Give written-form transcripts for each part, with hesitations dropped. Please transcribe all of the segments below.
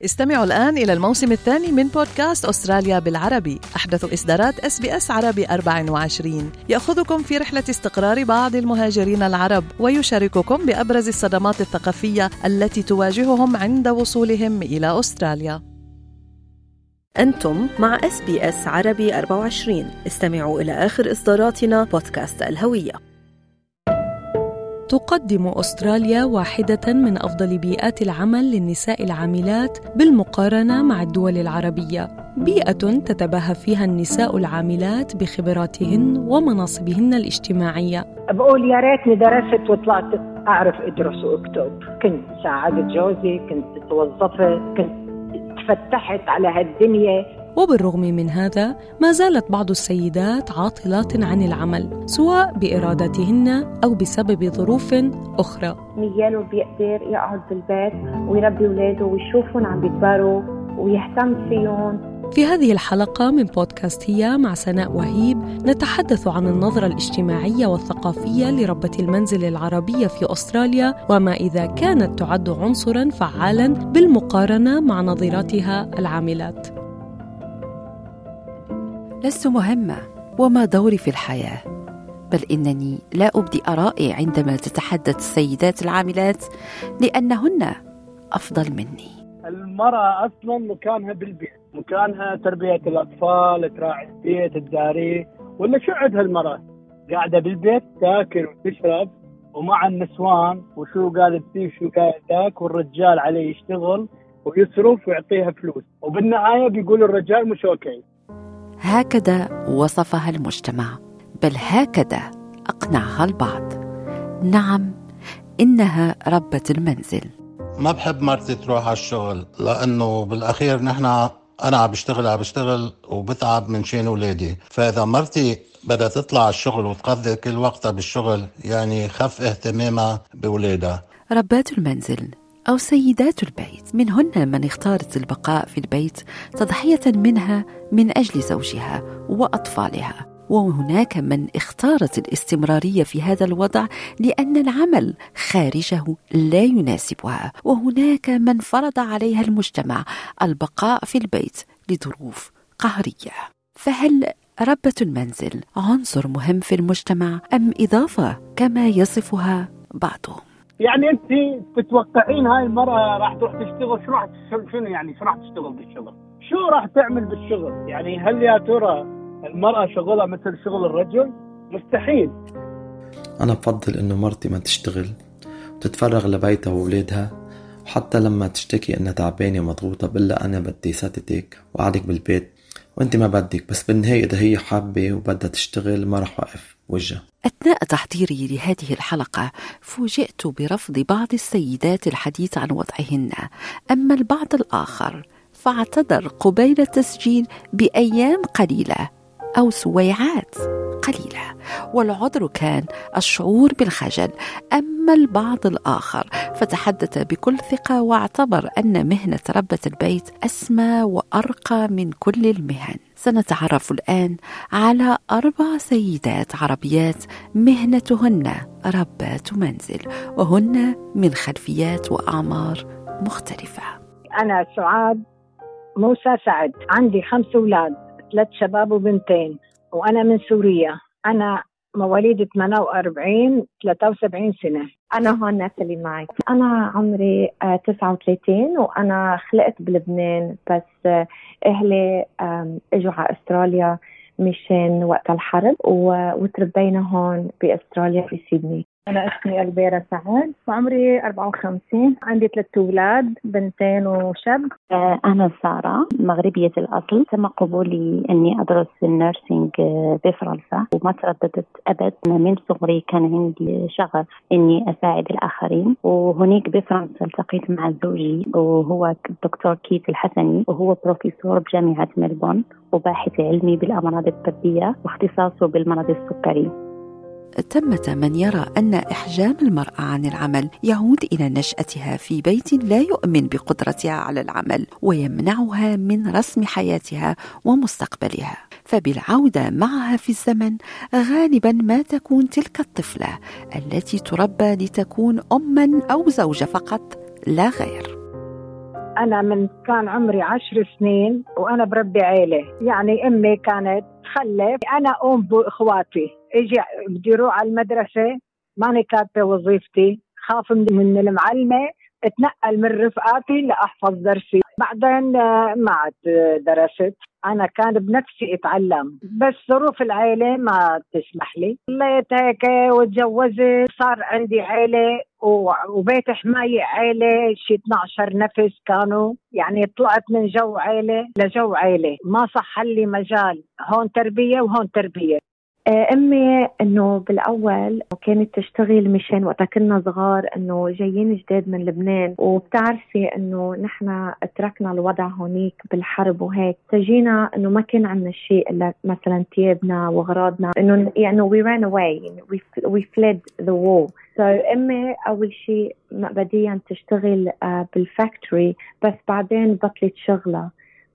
استمعوا الآن إلى الموسم الثاني من بودكاست أستراليا بالعربي، أحدث إصدارات SBS عربي 24، يأخذكم في رحلة استقرار بعض المهاجرين العرب ويشارككم بأبرز الصدمات الثقافية التي تواجههم عند وصولهم إلى أستراليا. أنتم مع SBS عربي 24. استمعوا إلى آخر إصداراتنا بودكاست الهوية. تقدم أستراليا واحدة من أفضل بيئات العمل للنساء العاملات بالمقارنة مع الدول العربية، بيئة تتباهى فيها النساء العاملات بخبراتهن ومناصبهن الاجتماعية. بقول يا ريتني درست وطلعت أعرف أدرس وأكتب، كنت ساعدت جوزي، كنت توظفت، كنت تفتحت على هالدنيا. وبالرغم من هذا ما زالت بعض السيدات عاطلات عن العمل، سواء بإرادتهن أو بسبب ظروف أخرى. مياله بيقدر يقعد بالبيت ويربي ولاده ويشوفهم عم بيكبروا ويهتم فيهم. في هذه الحلقة من بودكاست هي مع سناء وهيب نتحدث عن النظرة الاجتماعية والثقافية لربة المنزل العربية في أستراليا، وما إذا كانت تعد عنصراً فعالاً بالمقارنة مع نظيراتها العاملات. لست مهمة وما دوري في الحياة، بل إنني لا أبدي آرائي عندما تتحدث السيدات العاملات لأنهن أفضل مني. المرأة أصلا مكانها بالبيت، مكانها تربية الأطفال، تراعي البيت، تداريه، ولا شو عندها المرأة؟ قاعدة بالبيت تاكل وتشرب ومع النسوان، وشو قاعدة تسوي وشو قاعدة تاكل، والرجال عليه يشتغل ويصرف ويعطيها فلوس، وبالنهاية بيقول الرجال مش أوكي. هكذا وصفها المجتمع، بل هكذا أقنعها البعض. نعم، إنها ربة المنزل. ما بحب مرتي تروح على الشغل، لأنه بالأخير أنا عم بشتغل وبتعب من شين ولادي، فإذا مرتي بدها تطلع على الشغل وتقضي كل وقتها بالشغل، يعني خف اهتمامها بولادها. ربات المنزل أو سيدات البيت منهن من اختارت البقاء في البيت تضحية منها من أجل زوجها وأطفالها، وهناك من اختارت الاستمرارية في هذا الوضع لأن العمل خارجه لا يناسبها، وهناك من فرض عليها المجتمع البقاء في البيت لظروف قهرية. فهل ربة المنزل عنصر مهم في المجتمع أم إضافة كما يصفها بعضهم؟ يعني أنت تتوقعين هاي المرأة راح تروح تشتغل، شو راح تشتغل بالشغل؟ شو راح تعمل بالشغل؟ يعني هل يا ترى المرأة شغلها مثل شغل الرجل؟ مستحيل. أنا بفضل إنه مرتي ما تشتغل وتتفرغ لبيتها وولادها، وحتى لما تشتكي إنها تعبانة ومضغوطة بقلها أنا بدي ساتتك وقعدك بالبيت وأنت ما بدك، بس بالنهاية إذا هي حابة وبدها تشتغل ما رح وقف وجهها. أثناء تحضيري لهذه الحلقة فوجئت برفض بعض السيدات الحديث عن وضعهن، أما البعض الآخر فاعتذر قبيل التسجيل بأيام قليلة أو سويعات قليلة، والعذر كان الشعور بالخجل. أما البعض الآخر فتحدث بكل ثقة واعتبر أن مهنة ربة البيت أسمى وأرقى من كل المهن. سنتعرف الآن على 4 سيدات عربيات مهنتهن ربات منزل، وهن من خلفيات وأعمار مختلفة. أنا سعاد موسى سعد، عندي 5 أولاد، 3 شباب وبنتين، وأنا من سوريا. أنا مواليد 48 73 سنة. أنا هون ناتالي معك، أنا عمري 39 وأنا خلقت بلبنان، بس أهلي إجوا على أستراليا مشان وقت الحرب وتربينا هون بأستراليا في سيدني. أنا اسمي ألبيرا سعد وعمري 54، عندي 3 أولاد، بنتين وشاب. أنا سارة مغربية الأصل، تم قبولي أني أدرس النيرسينج بفرنسا وما ترددت أبد. من صغري كان عندي شغف أني أساعد الآخرين، وهناك بفرنسا التقيت مع زوجي وهو الدكتور كيث الحسني، وهو بروفيسور بجامعة ملبون وباحث علمي بالأمراض الطبية واختصاصه بالمرض السكري. ثمة من يرى أن إحجام المرأة عن العمل يعود إلى نشأتها في بيت لا يؤمن بقدرتها على العمل ويمنعها من رسم حياتها ومستقبلها، فبالعودة معها في الزمن غالبا ما تكون تلك الطفلة التي تربى لتكون أما أو زوجة فقط لا غير. أنا من كان عمري 10 سنين وأنا بربي عيلة. يعني أمي كانت تخلف، أنا أقوم بإخواتي، إجي بدي أروح على المدرسة ماني كاتبة وظيفتي، خاف من المعلمة، اتنقل من رفقاتي لأحفظ درسي. بعدين ما عاد درست، أنا كان بنفسي أتعلم بس ظروف العائلة ما تسمح لي. خليت هيك وتجوزت، صار عندي عائلة وبيت حماية عائلة، شي 12 نفس كانوا. يعني طلعت من جو عائلة لجو عائلة، ما صح لي مجال، هون تربية وهون تربية. أمي إنه بالأول كانت تشتغل مشان وقتا كنا صغار، إنه جايين جداد من لبنان، وبتعرفي إنه نحن تركنا الوضع هونيك بالحرب وهيك، سجينا إنه ما كان عندنا شيء إلا مثلا تيابنا وغراضنا، إنه يعني we ran away, we fled the war. أمي أول شيء مبدئيا تشتغل بالفاكتوري، بس بعدين بطلت شغلة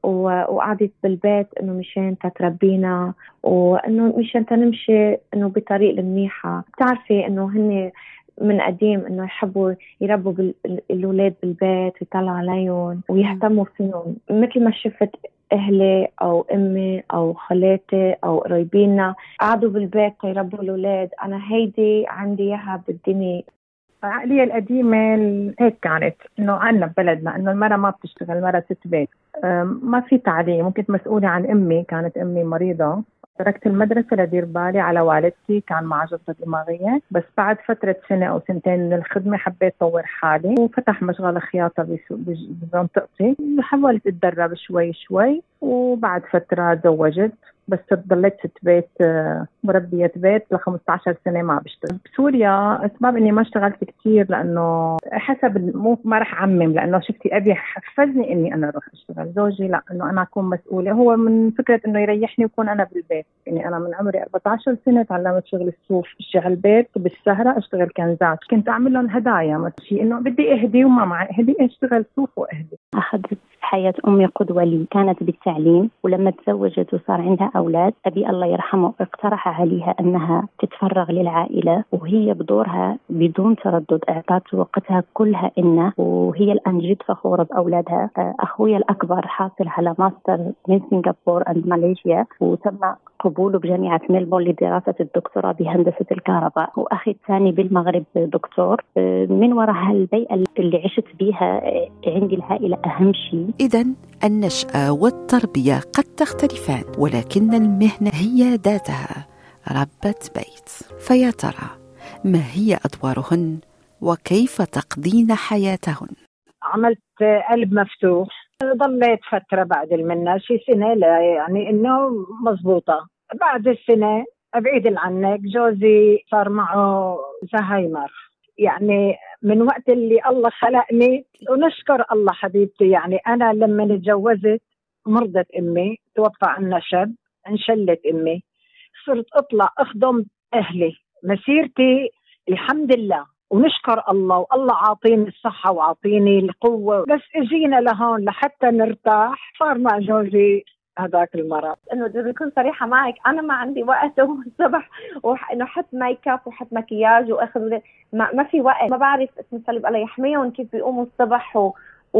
وقعدت بالبيت إنه مشان تتربينا وإنه مشان تنمشي إنه بطريق المنيحة. بتعرفي إنه هن من قديم إنه يحبوا يربوا الأولاد بالبيت ويطلعوا عليهم ويهتموا فيهم، مثل ما شفت أهلي أو أمي أو خالاتي أو قرايبينا قعدوا بالبيت يربوا الأولاد. أنا هيدي عندي إياها بالدنيا. العقلية القديمة هيك كانت، إنه عنا ببلدنا إنه المرأة ما بتشتغل، المرأة ست بيت، ما في تعليم. كنت مسؤولة عن أمي، كانت أمي مريضة، تركت المدرسة لدير بالي على والدتي، كان معها جلطة دماغية. بس بعد فترة سنة أو سنتين من الخدمة حبيت طور حالي وفتح مشغل خياطة بمنطقتي، حاولت أتدرب شوي شوي، وبعد فترة تزوجت. بس ضليت ست بيت، مربية بيت ل15 سنة ما بشتغل. بسوريا أسباب إني ما اشتغلت كتير لأنه حسب ما رح أعمم، لأنه شفتي أبي حفزني إني أنا أروح أشتغل، زوجي لا، إنه أنا أكون مسؤولة، هو من فكرة إنه يريحني ويكون أنا بالبيت. يعني أنا من عمري 14 سنة تعلمت شغل الصوف، اشتغل بيت بالسهرة، اشتغل كنزات، كنت أعمل لهم هدايا، ما شيء إنه بدي أهدي وما معي أهدي، اشتغل صوف وأهدي. أخذت حياة أمي قدوة لي، كانت بالتعليم، ولما تزوجت وصار عندها أولاد أبي الله يرحمه اقترح عليها أنها تتفرغ للعائلة، وهي بدورها بدون تردد اعطت وقتها كلها إنه، وهي الآن جد فخورة بأولادها. أخوي الأكبر حاصل على ماستر من سنغافورة أند ماليزيا، وتم قبوله بجامعة ميلبورن لدراسة الدكتوراه بهندسة الكهرباء، وأخي الثاني بالمغرب دكتور. من وراء هالبيئة اللي عشت بيها عندي العائلة أهم شيء. إذن النشأة والتربية قد تختلفان، ولكن المهنة هي ذاتها ربة بيت. فيا ترى ما هي أدوارهن وكيف تقضين حياتهن؟ عملت قلب مفتوح، ضليت فترة بعد المنة شي سنة، لا يعني إنه مزبوطة. بعد السنة أبعد عنك، جوزي صار معه زهايمر، يعني من وقت اللي الله خلقني، ونشكر الله حبيبتي. يعني أنا لما اتجوزت مرضت أمي، توفى عنا شاب، انشلت أمي، صرت أطلع أخدم أهلي. مسيرتي الحمد لله ونشكر الله، والله عاطيني الصحة وعاطيني القوة. بس اجينا لهون لحتى نرتاح، صار مع جوزي هذاك المرض. انه بدي اكون صريحه معك، انا ما عندي وقت الصبح وانه حط ميك اب وحط مكياج واخذ، ما في وقت. ما بعرف اسم صليب الله يحميهم كيف بيقوموا الصبح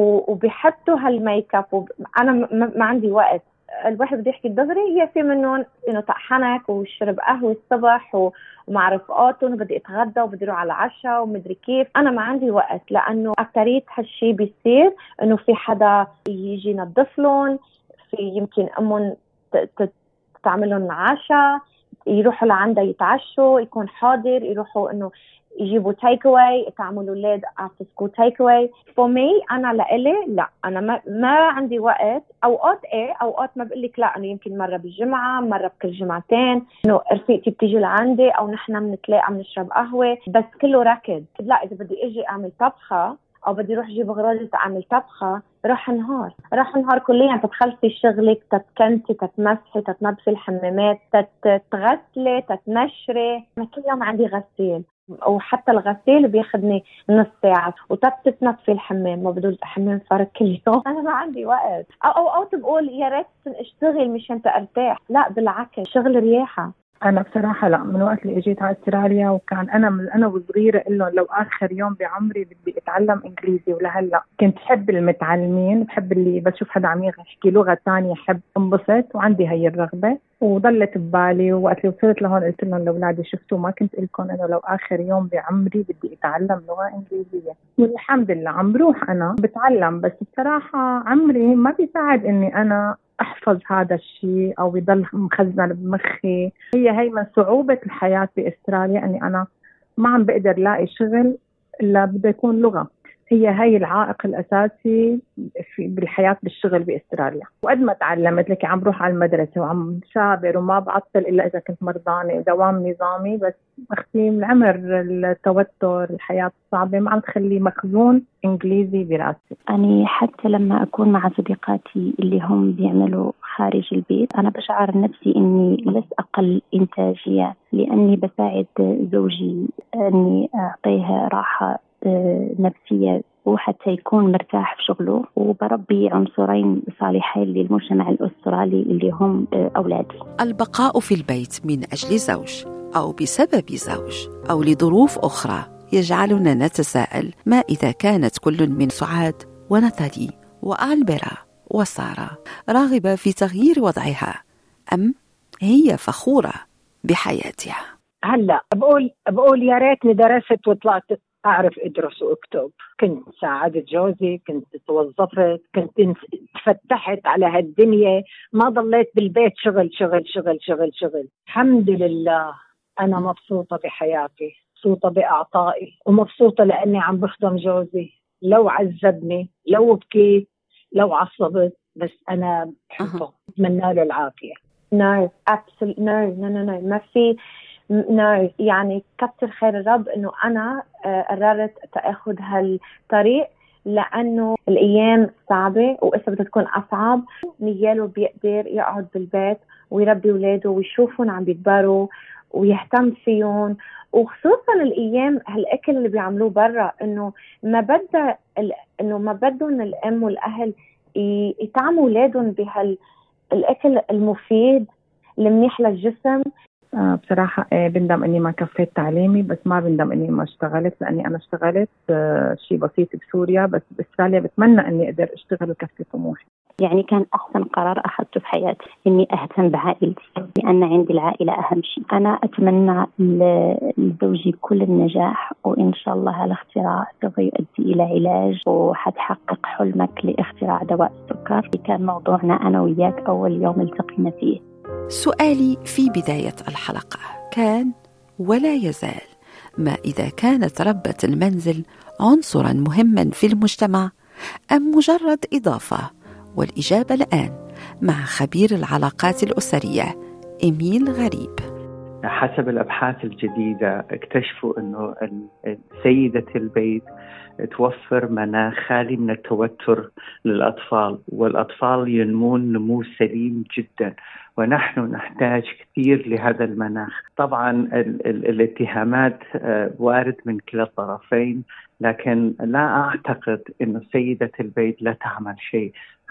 وبيحطوا هالميك اب، انا ما عندي وقت. الواحد بده يحكي الدغري، هي في منهم انه طحنك وشرب قهوه الصبح ومع رفقاتهم، وبدي اتغدى وبدي اروح على العشاء ومدري كيف. انا ما عندي وقت، لانه اكثريه هالشيء بيصير انه في حدا يجي ينظف لهم، في يمكن امهم تعمل لهم عشاء، يروحوا لعندها يتعشوا، يكون حاضر، يروحوا انه يجيبوا تيك اواي، تعملوا اولاد after school تيك اواي. فور مي انا لإلي لا، انا ما عندي وقت. اوقات اوقات ما بقول لك لا، انا يمكن مره بالجمعه، مره بكل جمعتين، انه رفيقتي بتيجي لعندي او نحن بنتلاقى بنشرب قهوه، بس كله ركض. لا، اذا بدي اجي اعمل طبخه او بدي اروح اجيب اغراضي اعمل طبخه، راح نهار كليا. تتخلصي شغلك، تتكنسي، تتمسحي، تتنظفي الحمامات، تتغسلي، تتنشري. انا كل يوم عندي غسيل، وحتى الغسيل بياخدني نص ساعة، وتتنظفي الحمام، ما بدو الحمام فرق كل يوم. أنا ما عندي وقت. أو تبقول يا ريت اشتغل مشان ترتاح، لا بالعكس، شغل رياحة. أنا بصراحة لا، من وقت اللي اجيت على استراليا وكان أنا وصغيرة إنه لو آخر يوم بعمري بدي أتعلم إنجليزي، ولهلا كنت حب المتعلمين، بحب اللي بشوف حدا عم يحكي لغة تانية حب انبسط، وعندي هي الرغبة وضلت ببالي. ووقت اللي وصلت لهون قلت لهم لأولادي شفتوا ما كنت لكم إنه لو آخر يوم بعمري بدي أتعلم لغة إنجليزية، والحمد لله عم بروح أنا بتعلم. بس بصراحة عمري ما بيساعد إني أنا أحفظ هذا الشيء أو يضل مخزن بمخي. هي من صعوبة الحياة بأستراليا أني أنا ما عم بقدر لاقي شغل إلا بده يكون لغة. هي العائق الأساسي بالحياة بالشغل بأستراليا. وقد ما تعلمت لك عم بروح على المدرسة وعم بشابر وما بعطل إلا إذا كنت مرضانة، دوام نظامي، بس أختي العمر التوتر الحياة الصعبة ما عم تخلي مخزون إنجليزي براسي. أنا حتى لما أكون مع صديقاتي اللي هم بيعملوا خارج البيت أنا بشعر نفسي إني لست أقل إنتاجية، لأني بساعد زوجي أني أعطيه راحة نفسية وحتى يكون مرتاح في شغله، وبربي عنصرين صالحين للمجتمع الأسترالي اللي هم أولادي. البقاء في البيت من أجل زوج أو بسبب زوج أو لظروف أخرى يجعلنا نتساءل ما إذا كانت كل من سعاد ونتالي وألبرا وسارة راغبة في تغيير وضعها، أم هي فخورة بحياتها؟ هلا بقول يا ريتني درست وطلعت أعرف أدرس وأكتب. كنت ساعدت جوزي، كنت توظفت، كنت تفتحت على هالدنيا، ما ضليت بالبيت شغل شغل شغل شغل شغل. الحمد لله أنا مبسوطة بحياتي، مبسوطة بأعطائي، ومبسوطة لأني عم بخدم جوزي. لو عذبني، لو بكيت، لو عصبت، بس أنا بحبه، أتمنى له العافية. No, absolutely no. ما في no. يعني كتر خير الرب إنه أنا قررت تأخذ هالطريق، لأنه الأيام صعبة وإسا بدها تكون أصعب. نياله بيقدر يقعد بالبيت ويربي ولاده ويشوفهم عم بيكبروا ويهتم فيهم، وخصوصا الأيام هالأكل اللي بيعملوه برا، إنه ما بدهم الأم والأهل يطعموا ولادهم بهالأكل المفيد المنيح للجسم. بصراحة بندم أني ما كفيت تعليمي، بس ما بندم أني ما اشتغلت، لأني أنا اشتغلت شيء بسيط بسوريا، بس بأستراليا بتمنى أني أقدر أشتغل وكفي طموحي. يعني كان أحسن قرار أخذته في حياتي إني أهتم بعائلتي، لأن عندي العائلة أهم شيء. أنا أتمنى لزوجي كل النجاح، وإن شاء الله الاختراع سوف يؤدي إلى علاج وحتحقق حلمك لاختراع دواء السكر. كان موضوعنا أنا وياك أول يوم التقينا فيه. سؤالي في بداية الحلقة كان ولا يزال: ما إذا كانت ربة المنزل عنصراً مهماً في المجتمع أم مجرد إضافة؟ والإجابة الآن مع خبير العلاقات الأسرية إيميل غريب. حسب الأبحاث الجديدة اكتشفوا أنه سيدة البيت توفر مناخ خالي من التوتر للأطفال، والأطفال ينمون نمو سليم جدا، ونحن نحتاج كثير لهذا المناخ. طبعا الاتهامات وارد من كلا الطرفين، لكن لا أعتقد أنه سيدة البيت لا تعمل شيء.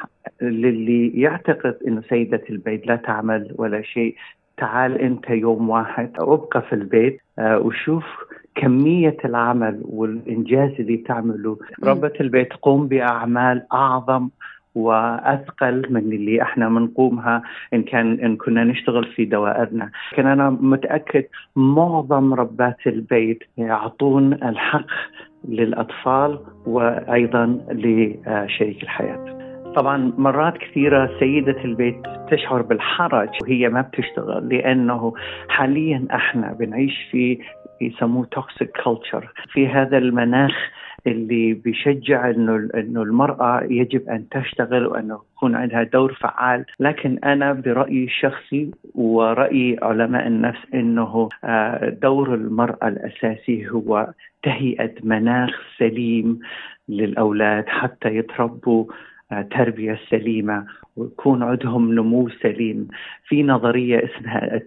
للي يعتقد أنه سيدة البيت لا تعمل ولا شيء، تعال أنت يوم واحد وابقى في البيت وشوف كمية العمل والإنجاز اللي تعمله. ربة البيت تقوم بأعمال أعظم وأثقل من اللي احنا منقومها إن كنا نشتغل في دوائرنا. لكن أنا متأكد معظم ربات البيت يعطون الحق للأطفال وأيضا لشريك الحياة. طبعا مرات كثيرة سيدة البيت تشعر بالحرج وهي ما بتشتغل، لأنه حاليا احنا بنعيش في يسموه toxic culture، في هذا المناخ اللي بيشجع انه المرأة يجب ان تشتغل وانه يكون عندها دور فعال. لكن انا برأيي الشخصي ورأي علماء النفس انه دور المرأة الاساسي هو تهيئة مناخ سليم للاولاد حتى يتربوا تربية سليمة ويكون عندهم نمو سليم. في نظرية اسمها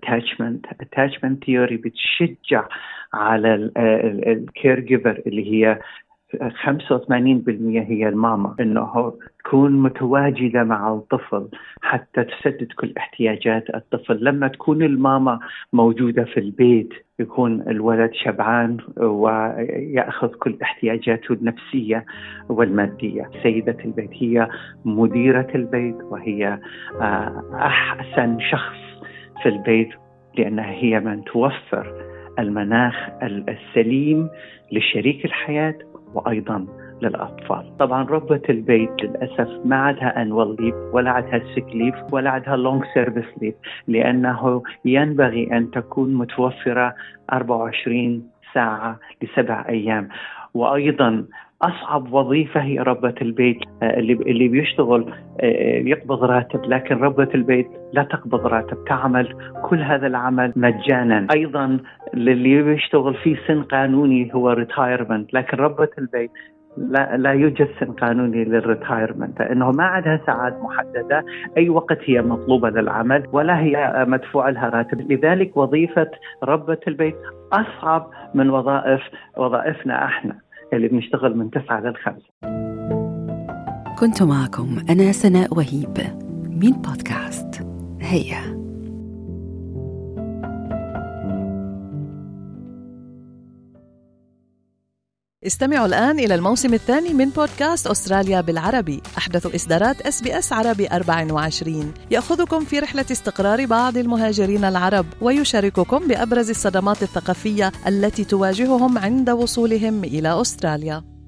attachment theory بتشجع على الكير جيفر اللي هي 85% هي الماما، إنه تكون متواجدة مع الطفل حتى تسدد كل احتياجات الطفل. لما تكون الماما موجودة في البيت يكون الولد شبعان ويأخذ كل احتياجاته النفسية والمادية. سيدة البيت هي مديرة البيت، وهي أحسن شخص في البيت، لأنها هي من توفر المناخ السليم لشريك الحياة وأيضا للأطفال. طبعا ربة البيت للأسف ما عندها annual leave ولا عندها sick leave ولا عندها long service leave، لأنه ينبغي أن تكون متوفرة 24 ساعة ل7 أيام. وأيضا أصعب وظيفة هي ربة البيت. اللي بيشتغل يقبض راتب، لكن ربة البيت لا تقبض راتب، تعمل كل هذا العمل مجانا. أيضا اللي بيشتغل في سن قانوني هو ريتايرمنت، لكن ربة البيت لا يوجد سن قانوني للريتايرمنت، لأنه ما عندها ساعات محددة، أي وقت هي مطلوبة للعمل ولا هي مدفوع لها راتب. لذلك وظيفة ربة البيت أصعب من وظائفنا احنا اللي بنشتغل من 9 ل 5. كنت معكم أنا سناء وهيب من بودكاست هيا. استمعوا الآن إلى الموسم الثاني من بودكاست أستراليا بالعربي، أحدث إصدارات SBS عربي 24، يأخذكم في رحلة استقرار بعض المهاجرين العرب ويشارككم بأبرز الصدمات الثقافية التي تواجههم عند وصولهم إلى أستراليا.